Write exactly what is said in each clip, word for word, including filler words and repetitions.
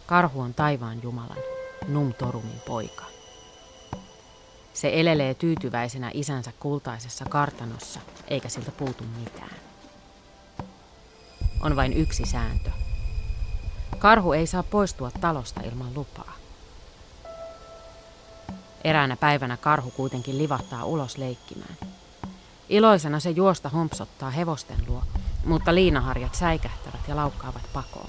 Karhu on taivaan Jumalan, Num-Torumin poika. Se elelee tyytyväisenä isänsä kultaisessa kartanossa, eikä siltä puutu mitään. On vain yksi sääntö. Karhu ei saa poistua talosta ilman lupaa. Eräänä päivänä karhu kuitenkin livahtaa ulos leikkimään. Iloisena se juosta hompsottaa hevosten luo, mutta liinaharjat säikähtävät ja laukkaavat pakoon.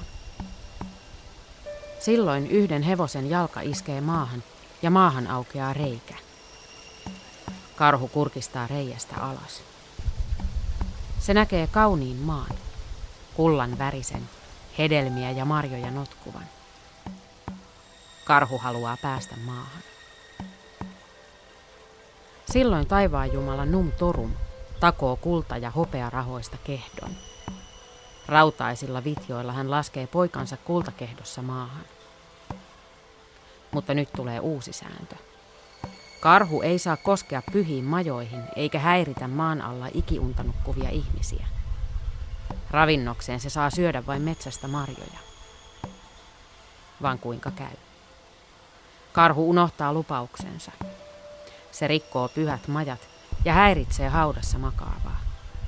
Silloin yhden hevosen jalka iskee maahan ja maahan aukeaa reikä. Karhu kurkistaa reiästä alas. Se näkee kauniin maan, kullan värisen, hedelmiä ja marjoja notkuvan. Karhu haluaa päästä maahan. Silloin taivaan Jumala Num-Torum takoo kulta- ja hopearahoista kehdon. Rautaisilla vitjoilla hän laskee poikansa kultakehdossa maahan. Mutta nyt tulee uusi sääntö. Karhu ei saa koskea pyhiin majoihin eikä häiritä maan alla ikiunta nukkuvia ihmisiä. Ravinnokseen se saa syödä vain metsästä marjoja. Vaan kuinka käy? Karhu unohtaa lupauksensa. Se rikkoo pyhät majat ja häiritsee haudassa makaavaa.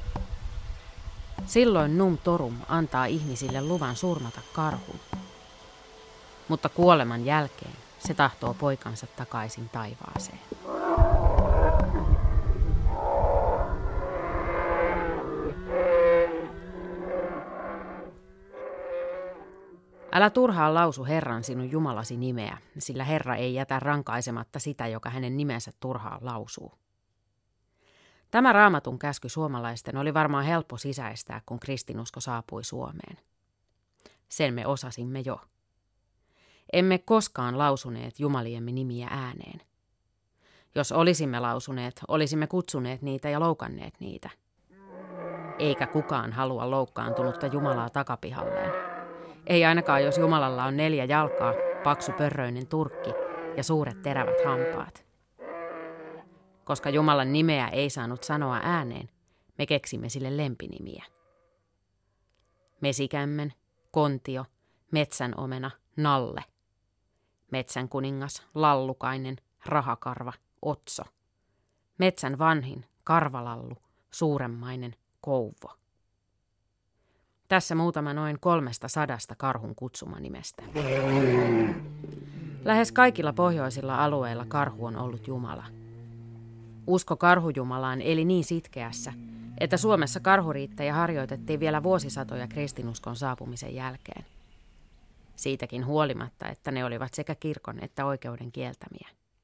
Silloin Num-Torum antaa ihmisille luvan surmata karhun. Mutta kuoleman jälkeen se tahtoo poikansa takaisin taivaaseen. Älä turhaan lausu Herran sinun Jumalasi nimeä, sillä Herra ei jätä rankaisematta sitä, joka hänen nimensä turhaan lausuu. Tämä Raamatun käsky suomalaisten oli varmaan helppo sisäistää, kun kristinusko saapui Suomeen. Sen me osasimme jo. Emme koskaan lausuneet jumaliemme nimiä ääneen. Jos olisimme lausuneet, olisimme kutsuneet niitä ja loukanneet niitä. Eikä kukaan halua loukkaantunutta Jumalaa takapihalleen. Ei ainakaan, jos Jumalalla on neljä jalkaa, paksu pörröinen turkki ja suuret terävät hampaat. Koska Jumalan nimeä ei saanut sanoa ääneen, me keksimme sille lempinimiä. Mesikämmen, Kontio, Metsänomena, Nalle. Metsän kuningas, Lallukainen, Rahakarva, Otso. Metsän vanhin, Karvalallu, Suuremmainen, Kouvo. Tässä muutama noin kolmesta sadasta karhun kutsumanimestä. Lähes kaikilla pohjoisilla alueilla karhu on ollut Jumala. Usko karhujumalaan eli niin sitkeässä, että Suomessa karhuriittäjä harjoitettiin vielä vuosisatoja kristinuskon saapumisen jälkeen. Siitäkin huolimatta, että ne olivat sekä kirkon että oikeuden kieltämiä.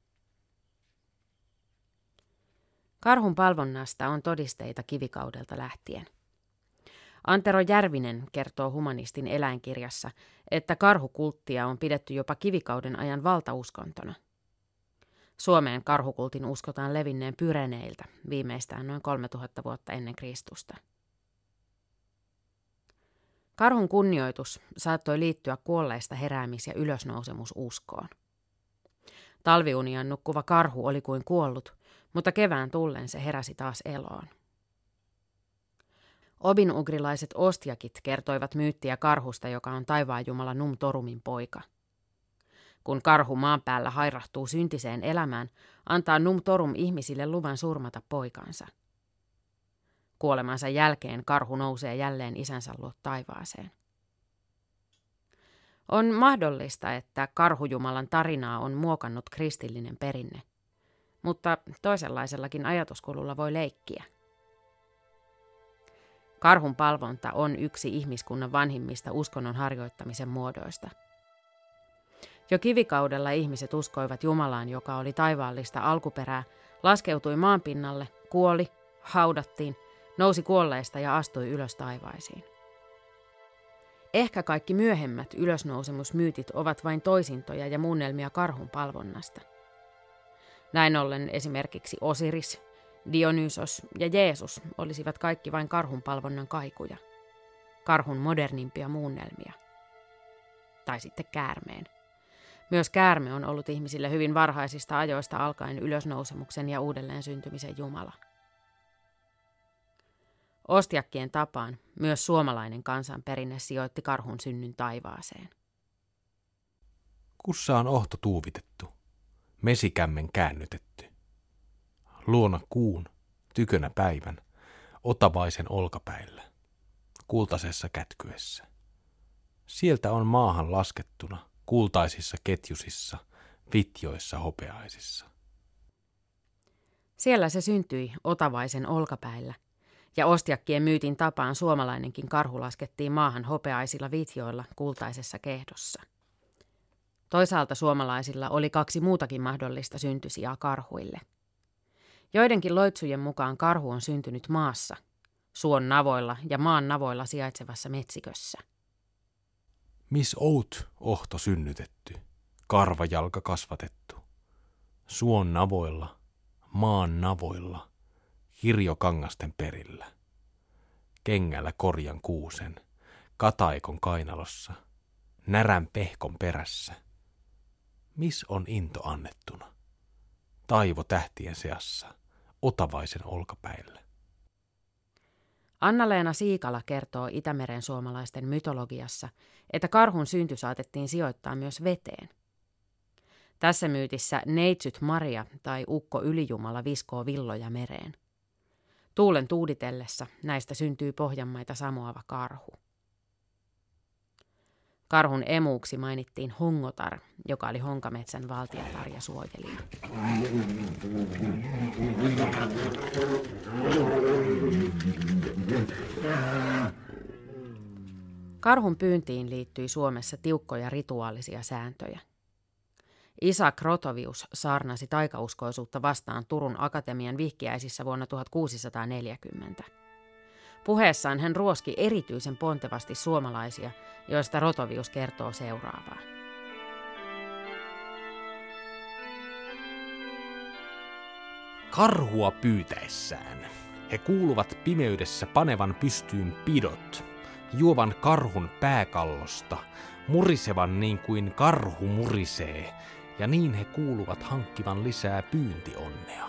Karhun palvonnasta on todisteita kivikaudelta lähtien. Antero Järvinen kertoo Humanistin eläinkirjassa, että karhukulttia on pidetty jopa kivikauden ajan valtauskontona. Suomeen karhukultin uskotaan levinneen Pyreneiltä viimeistään noin kolmetuhatta vuotta ennen Kristusta. Karhun kunnioitus saattoi liittyä kuolleista heräämis- ja ylösnousemususkoon. Talviuniaan nukkuva karhu oli kuin kuollut, mutta kevään tullen se heräsi taas eloon. Obinugrilaiset ostiakit kertoivat myyttiä karhusta, joka on taivaan Jumala Num-Torumin poika. Kun karhu maan päällä hairahtuu syntiseen elämään, antaa Num-Torum ihmisille luvan surmata poikansa. Kuolemansa jälkeen karhu nousee jälleen isänsä luo taivaaseen. On mahdollista, että karhujumalan tarinaa on muokannut kristillinen perinne, mutta toisenlaisellakin ajatuskululla voi leikkiä. Karhun palvonta on yksi ihmiskunnan vanhimmista uskonnon harjoittamisen muodoista. Jo kivikaudella ihmiset uskoivat Jumalaan, joka oli taivaallista alkuperää, laskeutui maanpinnalle, kuoli, haudattiin, nousi kuolleista ja astui ylös taivaisiin. Ehkä kaikki myöhemmät ylösnousemusmyytit ovat vain toisintoja ja muunnelmia karhun palvonnasta. Näin ollen esimerkiksi Osiris, Dionysos ja Jeesus olisivat kaikki vain karhun palvonnan kaikuja, karhun modernimpia muunnelmia. Tai sitten käärmeen. Myös käärme on ollut ihmisille hyvin varhaisista ajoista alkaen ylösnousemuksen ja uudelleen syntymisen Jumala. Ostiakkien tapaan myös suomalainen kansanperinne sijoitti karhun synnyn taivaaseen. Kussa on ohto tuuvitettu, mesikämmen käännytetty. Luona kuun, tykönä päivän, otavaisen olkapäillä, kultasessa kätkyessä. Sieltä on maahan laskettuna, kultaisissa ketjusissa, vitjoissa hopeaisissa. Siellä se syntyi otavaisen olkapäillä, ja ostiakkien myytin tapaan suomalainenkin karhu laskettiin maahan hopeaisilla vitjoilla kultaisessa kehdossa. Toisaalta suomalaisilla oli kaksi muutakin mahdollista syntysijaa karhuille. Joidenkin loitsujen mukaan karhu on syntynyt maassa, suon navoilla ja maan navoilla sijaitsevassa metsikössä. Mis out ohto synnytetty, karvajalka kasvatettu, suon navoilla, maan navoilla, hirjokangasten perillä, kengällä korjan kuusen, kataikon kainalossa, närän pehkon perässä. Mis on into annettuna? Taivo tähtien seassa, otavaisen olkapäillä. Anna-Leena Siikala kertoo Itämeren suomalaisten mytologiassa, että karhun synty saatettiin sijoittaa myös veteen. Tässä myytissä neitsyt Maria tai ukko ylijumala viskoo villoja mereen. Tuulen tuuditellessa näistä syntyy pohjanmaita samoava karhu. Karhun emuuksi mainittiin Hongotar, joka oli Honkametsän valtiatar ja suojelija. Karhun pyyntiin liittyi Suomessa tiukkoja rituaalisia sääntöjä. Isaac Rotovius saarnasi taikauskoisuutta vastaan Turun Akatemian vihkiäisissä vuonna tuhatkuusisataaneljäkymmentä. Puheessaan hän ruoski erityisen pontevasti suomalaisia, joista Rotovius kertoo seuraavaa. Karhua pyytäessään he kuuluvat pimeydessä panevan pystyyn pidot, juovan karhun pääkallosta, murisevan niin kuin karhu murisee, ja niin he kuuluvat hankkivan lisää pyyntionnea.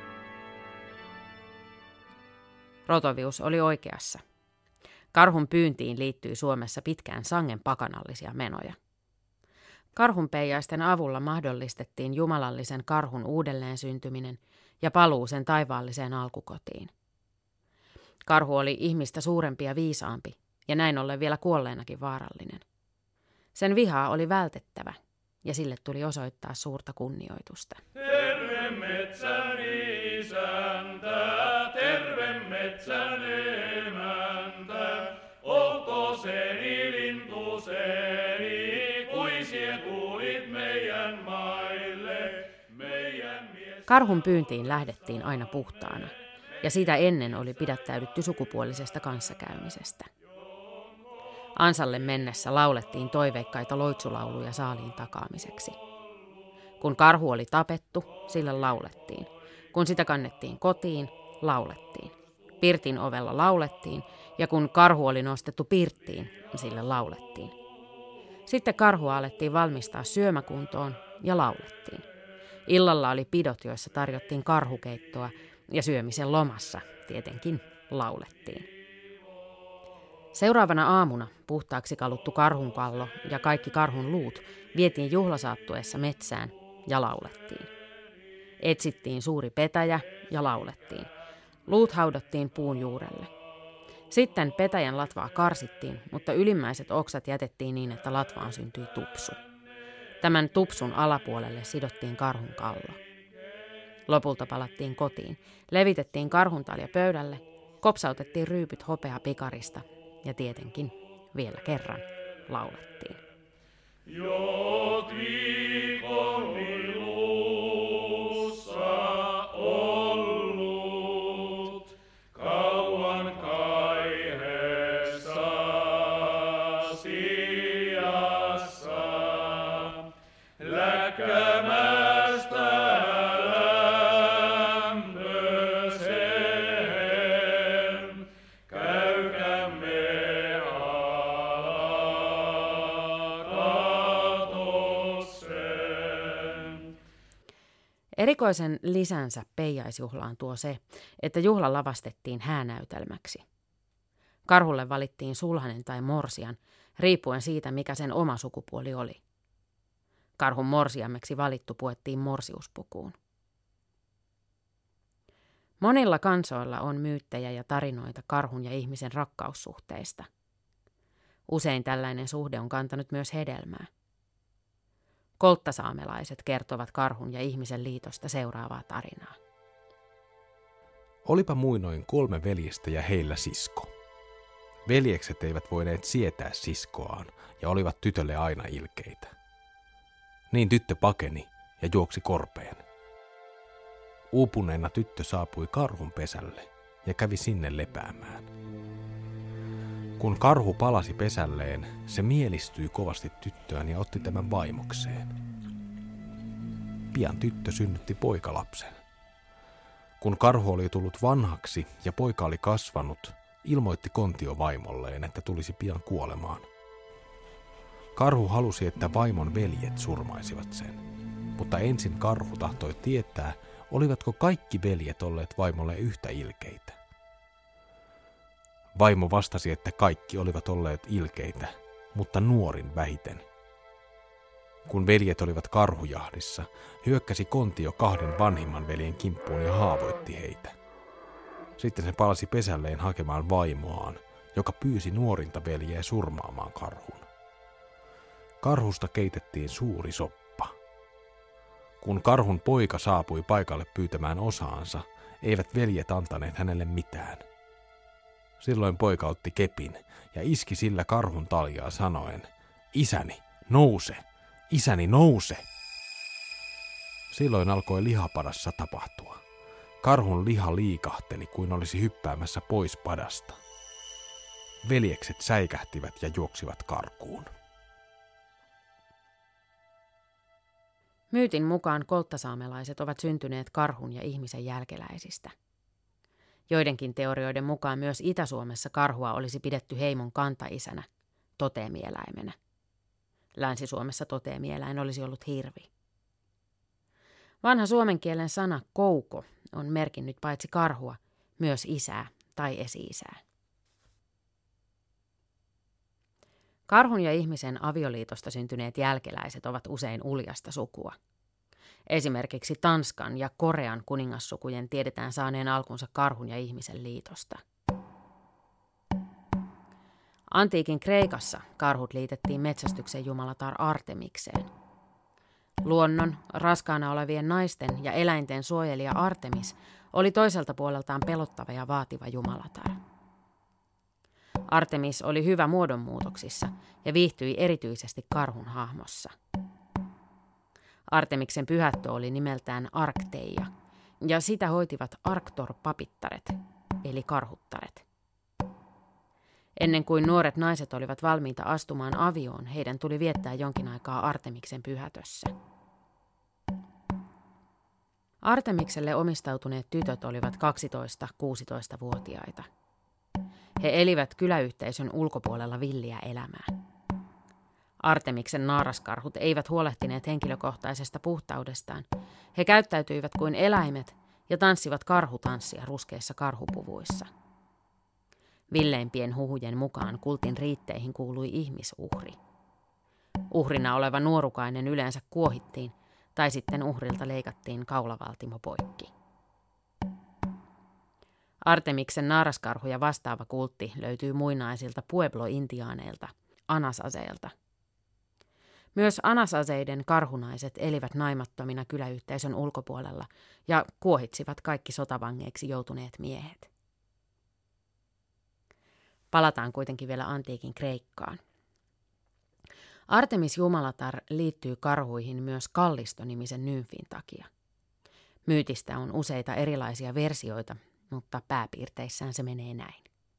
Rotovius oli oikeassa. Karhun pyyntiin liittyi Suomessa pitkään sangen pakanallisia menoja. Karhunpeijaisten avulla mahdollistettiin jumalallisen karhun uudelleen syntyminen ja paluu sen taivaalliseen alkukotiin. Karhu oli ihmistä suurempi ja viisaampi, ja näin ollen vielä kuolleenakin vaarallinen. Sen vihaa oli vältettävä, ja sille tuli osoittaa suurta kunnioitusta. Terve metsän isäntä, terve metsän emäntä, olkoseni lintuseni, kui sie tulit meidän maille, meidän mies... Karhun pyyntiin lähdettiin aina puhtaana, ja sitä ennen oli pidättäydytty sukupuolisesta kanssakäymisestä. Ansalle mennessä laulettiin toiveikkaita loitsulauluja saaliin takaamiseksi. Kun karhu oli tapettu, sille laulettiin. Kun sitä kannettiin kotiin, laulettiin. Pirtin ovella laulettiin, ja kun karhu oli nostettu pirttiin, sille laulettiin. Sitten karhua alettiin valmistaa syömäkuntoon ja laulettiin. Illalla oli pidot, joissa tarjottiin karhukeittoa, ja syömisen lomassa tietenkin laulettiin. Seuraavana aamuna puhtaaksi kaluttu karhunkallo ja kaikki karhun luut vietiin juhlasaattuessa metsään ja laulettiin. Etsittiin suuri petäjä ja laulettiin. Luut haudattiin puun juurelle. Sitten petäjän latvaa karsittiin, mutta ylimmäiset oksat jätettiin niin, että latvaan syntyi tupsu. Tämän tupsun alapuolelle sidottiin karhun kallo. Lopulta palattiin kotiin, levitettiin karhuntalja pöydälle, kopsautettiin ryypyt hopeapikarista ja tietenkin vielä kerran laulettiin. Jot viikon ilussa ollut, kauan kaiheessa sijassa, läkkämästä lämpösen, käykämme Erikoisen lisänsä peijaisjuhlaan tuo se, että juhla lavastettiin häänäytelmäksi. Karhulle valittiin sulhanen tai morsian, riippuen siitä, mikä sen oma sukupuoli oli. Karhun morsiammeksi valittu puettiin morsiuspukuun. Monilla kansoilla on myyttejä ja tarinoita karhun ja ihmisen rakkaussuhteista. Usein tällainen suhde on kantanut myös hedelmää. Kolttasaamelaiset kertovat karhun ja ihmisen liitosta seuraavaa tarinaa. Olipa muinoin kolme veljestä ja heillä sisko. Veljekset eivät voineet sietää siskoaan ja olivat tytölle aina ilkeitä. Niin tyttö pakeni ja juoksi korpeen. Uupuneena tyttö saapui karhun pesälle ja kävi sinne lepäämään. Kun karhu palasi pesälleen, se mielistyi kovasti tyttöön ja otti tämän vaimokseen. Pian tyttö synnytti poikalapsen. Kun karhu oli tullut vanhaksi ja poika oli kasvanut, ilmoitti Kontio vaimolleen, että tulisi pian kuolemaan. Karhu halusi, että vaimon veljet surmaisivat sen, mutta ensin karhu tahtoi tietää, olivatko kaikki veljet olleet vaimolle yhtä ilkeitä. Vaimo vastasi, että kaikki olivat olleet ilkeitä, mutta nuorin vähiten. Kun veljet olivat karhujahdissa, hyökkäsi Kontio kahden vanhimman veljen kimppuun ja haavoitti heitä. Sitten se palasi pesälleen hakemaan vaimoaan, joka pyysi nuorinta veljeä surmaamaan karhun. Karhusta keitettiin suuri soppa. Kun karhun poika saapui paikalle pyytämään osaansa, eivät veljet antaneet hänelle mitään. Silloin poika otti kepin ja iski sillä karhun taljaa sanoen, "Isäni, nouse! Isäni, nouse!" Silloin alkoi lihapadassa tapahtua. Karhun liha liikahteli kuin olisi hyppäämässä pois padasta. Veljekset säikähtivät ja juoksivat karkuun. Myytin mukaan kolttasaamelaiset ovat syntyneet karhun ja ihmisen jälkeläisistä. Joidenkin teorioiden mukaan myös Itä-Suomessa karhua olisi pidetty heimon kantaisänä, toteemieläimenä. Länsi-Suomessa toteemieläin olisi ollut hirvi. Vanha suomen kielen sana kouko on merkinnyt paitsi karhua, myös isää tai esi-isää. Karhun ja ihmisen avioliitosta syntyneet jälkeläiset ovat usein uljasta sukua. Esimerkiksi Tanskan ja Korean kuningassukujen tiedetään saaneen alkunsa karhun ja ihmisen liitosta. Antiikin Kreikassa karhut liitettiin metsästyksen jumalatar Artemikseen. Luonnon, raskaana olevien naisten ja eläinten suojelija Artemis oli toiselta puoleltaan pelottava ja vaativa jumalatar. Artemis oli hyvä muodonmuutoksissa ja viihtyi erityisesti karhun hahmossa. Artemiksen pyhättö oli nimeltään Arkteia, ja sitä hoitivat Arktor-papittaret, eli karhuttaret. Ennen kuin nuoret naiset olivat valmiita astumaan avioon, heidän tuli viettää jonkin aikaa Artemiksen pyhätössä. Artemikselle omistautuneet tytöt olivat kaksitoista-kuusitoista-vuotiaita. He elivät kyläyhteisön ulkopuolella villiä elämää. Artemiksen naaraskarhut eivät huolehtineet henkilökohtaisesta puhtaudestaan. He käyttäytyivät kuin eläimet ja tanssivat karhutanssia ruskeissa karhupuvuissa. Villeimpien huhujen mukaan kultin riitteihin kuului ihmisuhri. Uhrina oleva nuorukainen yleensä kuohittiin tai sitten uhrilta leikattiin kaulavaltimo poikki. Artemiksen naaraskarhuja vastaava kultti löytyy muinaisilta Pueblo-intiaaneilta, Anasaseilta. Myös Anasaseiden karhunaiset elivät naimattomina kyläyhteisön ulkopuolella ja kuohitsivat kaikki sotavangeiksi joutuneet miehet. Palataan kuitenkin vielä antiikin Kreikkaan. Artemis jumalatar liittyy karhuihin myös Kallisto-nimisen nymfin takia. Myytistä on useita erilaisia versioita, mutta pääpiirteissään se menee näin.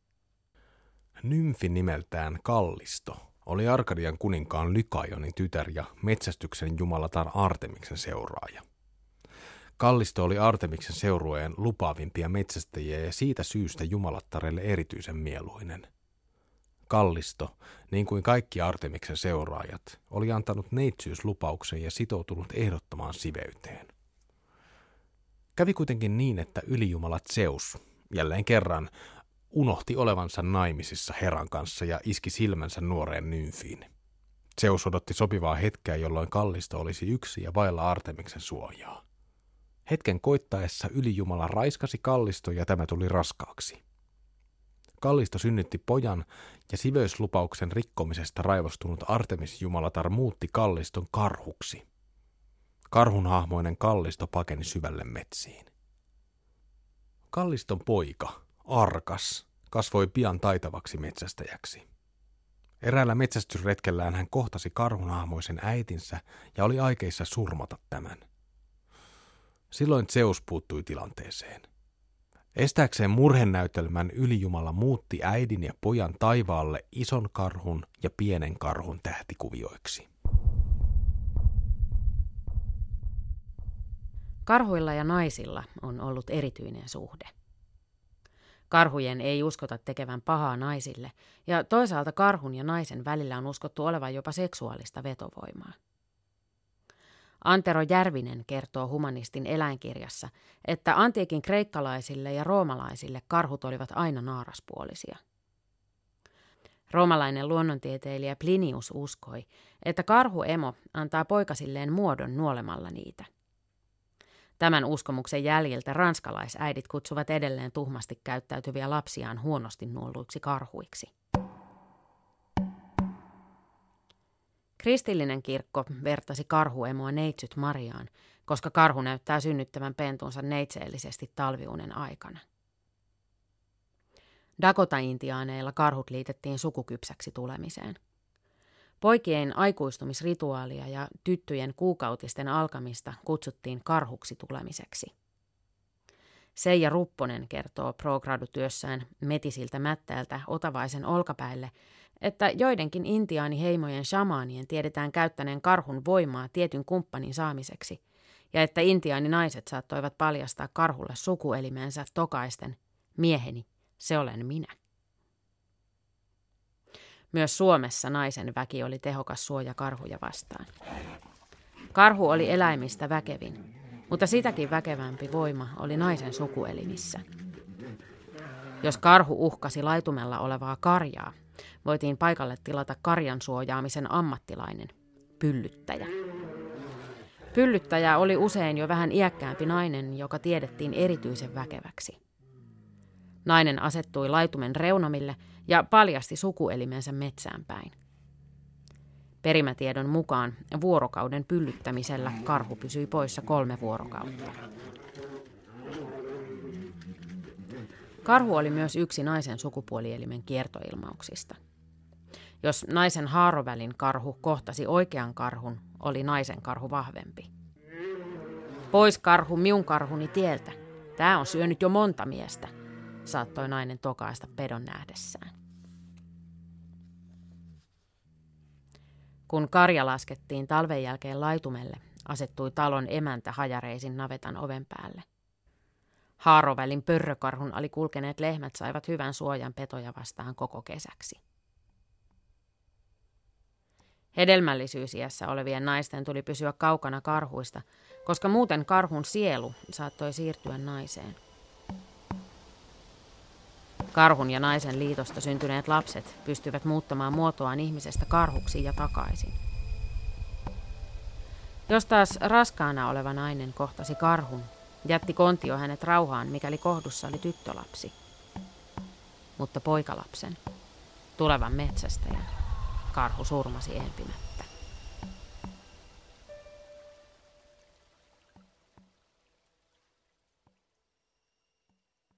Nymfi nimeltään Kallisto oli Arkadian kuninkaan Lykaionin tytär ja metsästyksen jumalatar Artemiksen seuraaja. Kallisto oli Artemiksen seurueen lupaavimpia metsästäjiä ja siitä syystä jumalattarelle erityisen mieluinen. Kallisto, niin kuin kaikki Artemiksen seuraajat, oli antanut neitsyyslupauksen ja sitoutunut ehdottomaan siveyteen. Kävi kuitenkin niin, että ylijumala Zeus jälleen kerran unohti olevansa naimisissa Heran kanssa ja iski silmänsä nuoreen nymfiin. Zeus odotti sopivaa hetkeä, jolloin Kallisto olisi yksi ja vailla Artemiksen suojaa. Hetken koittaessa ylijumala raiskasi Kallisto ja tämä tuli raskaaksi. Kallisto synnytti pojan ja siveyslupauksen rikkomisesta raivostunut Artemis-jumalatar muutti Kalliston karhuksi. Karhunhahmoinen Kallisto pakeni syvälle metsiin. Kalliston poika, Arkas, kasvoi pian taitavaksi metsästäjäksi. Eräällä metsästysretkellään hän kohtasi karhunhahmoisen äitinsä ja oli aikeissa surmata tämän. Silloin Zeus puuttui tilanteeseen. Estääkseen murhenäytelmän ylijumala muutti äidin ja pojan taivaalle ison karhun ja pienen karhun tähtikuvioiksi. Karhuilla ja naisilla on ollut erityinen suhde. Karhujen ei uskota tekevän pahaa naisille, ja toisaalta karhun ja naisen välillä on uskottu olevan jopa seksuaalista vetovoimaa. Antero Järvinen kertoo Humanistin eläinkirjassa, että antiikin kreikkalaisille ja roomalaisille karhut olivat aina naaraspuolisia. Roomalainen luonnontieteilijä Plinius uskoi, että karhuemo antaa poikasilleen muodon nuolemalla niitä. Tämän uskomuksen jäljiltä ranskalaisäidit kutsuvat edelleen tuhmasti käyttäytyviä lapsiaan huonosti nuolluiksi karhuiksi. Kristillinen kirkko vertasi karhuemoa neitsyt Mariaan, koska karhu näyttää synnyttävän pentunsa neitseellisesti talviunen aikana. Dakota-intiaaneilla karhut liitettiin sukukypsäksi tulemiseen. Poikien aikuistumisrituaalia ja tyttöjen kuukautisten alkamista kutsuttiin karhuksi tulemiseksi. Seija Rupponen kertoo pro-gradu-työssään Metisiltä Mättäältä Otavaisen olkapäille, että joidenkin intiaaniheimojen shamaanien tiedetään käyttäneen karhun voimaa tietyn kumppanin saamiseksi, ja että intiaaninaiset saattoivat paljastaa karhulle sukuelimensä tokaisten, mieheni, se olen minä. Myös Suomessa naisen väki oli tehokas suoja karhuja vastaan. Karhu oli eläimistä väkevin, mutta sitäkin väkevämpi voima oli naisen sukuelimissä. Jos karhu uhkasi laitumella olevaa karjaa, voitiin paikalle tilata karjan suojaamisen ammattilainen, pyllyttäjä. Pyllyttäjä oli usein jo vähän iäkkäämpi nainen, joka tiedettiin erityisen väkeväksi. Nainen asettui laitumen reunamille ja paljasti sukuelimensä metsään päin. Perimätiedon mukaan vuorokauden pyllyttämisellä karhu pysyi poissa kolme vuorokautta. Karhu oli myös yksi naisen sukupuolielimen kiertoilmauksista. Jos naisen haarovälin karhu kohtasi oikean karhun, oli naisen karhu vahvempi. Pois karhu, miun karhuni tieltä. Tää on syönyt jo monta miestä, saattoi nainen tokaista pedon nähdessään. Kun karja laskettiin talven jälkeen laitumelle, asettui talon emäntä hajareisin navetan oven päälle. Haarovälin pörrökarhun ali kulkeneet lehmät saivat hyvän suojan petoja vastaan koko kesäksi. Hedelmällisyysiässä olevien naisten tuli pysyä kaukana karhuista, koska muuten karhun sielu saattoi siirtyä naiseen. Karhun ja naisen liitosta syntyneet lapset pystyivät muuttamaan muotoaan ihmisestä karhuksi ja takaisin. Jos taas raskaana oleva nainen kohtasi karhun, jätti kontio hänet rauhaan, mikäli kohdussa oli tyttölapsi. Mutta poikalapsen, tulevan metsästäjän, karhu surmasi empimättä.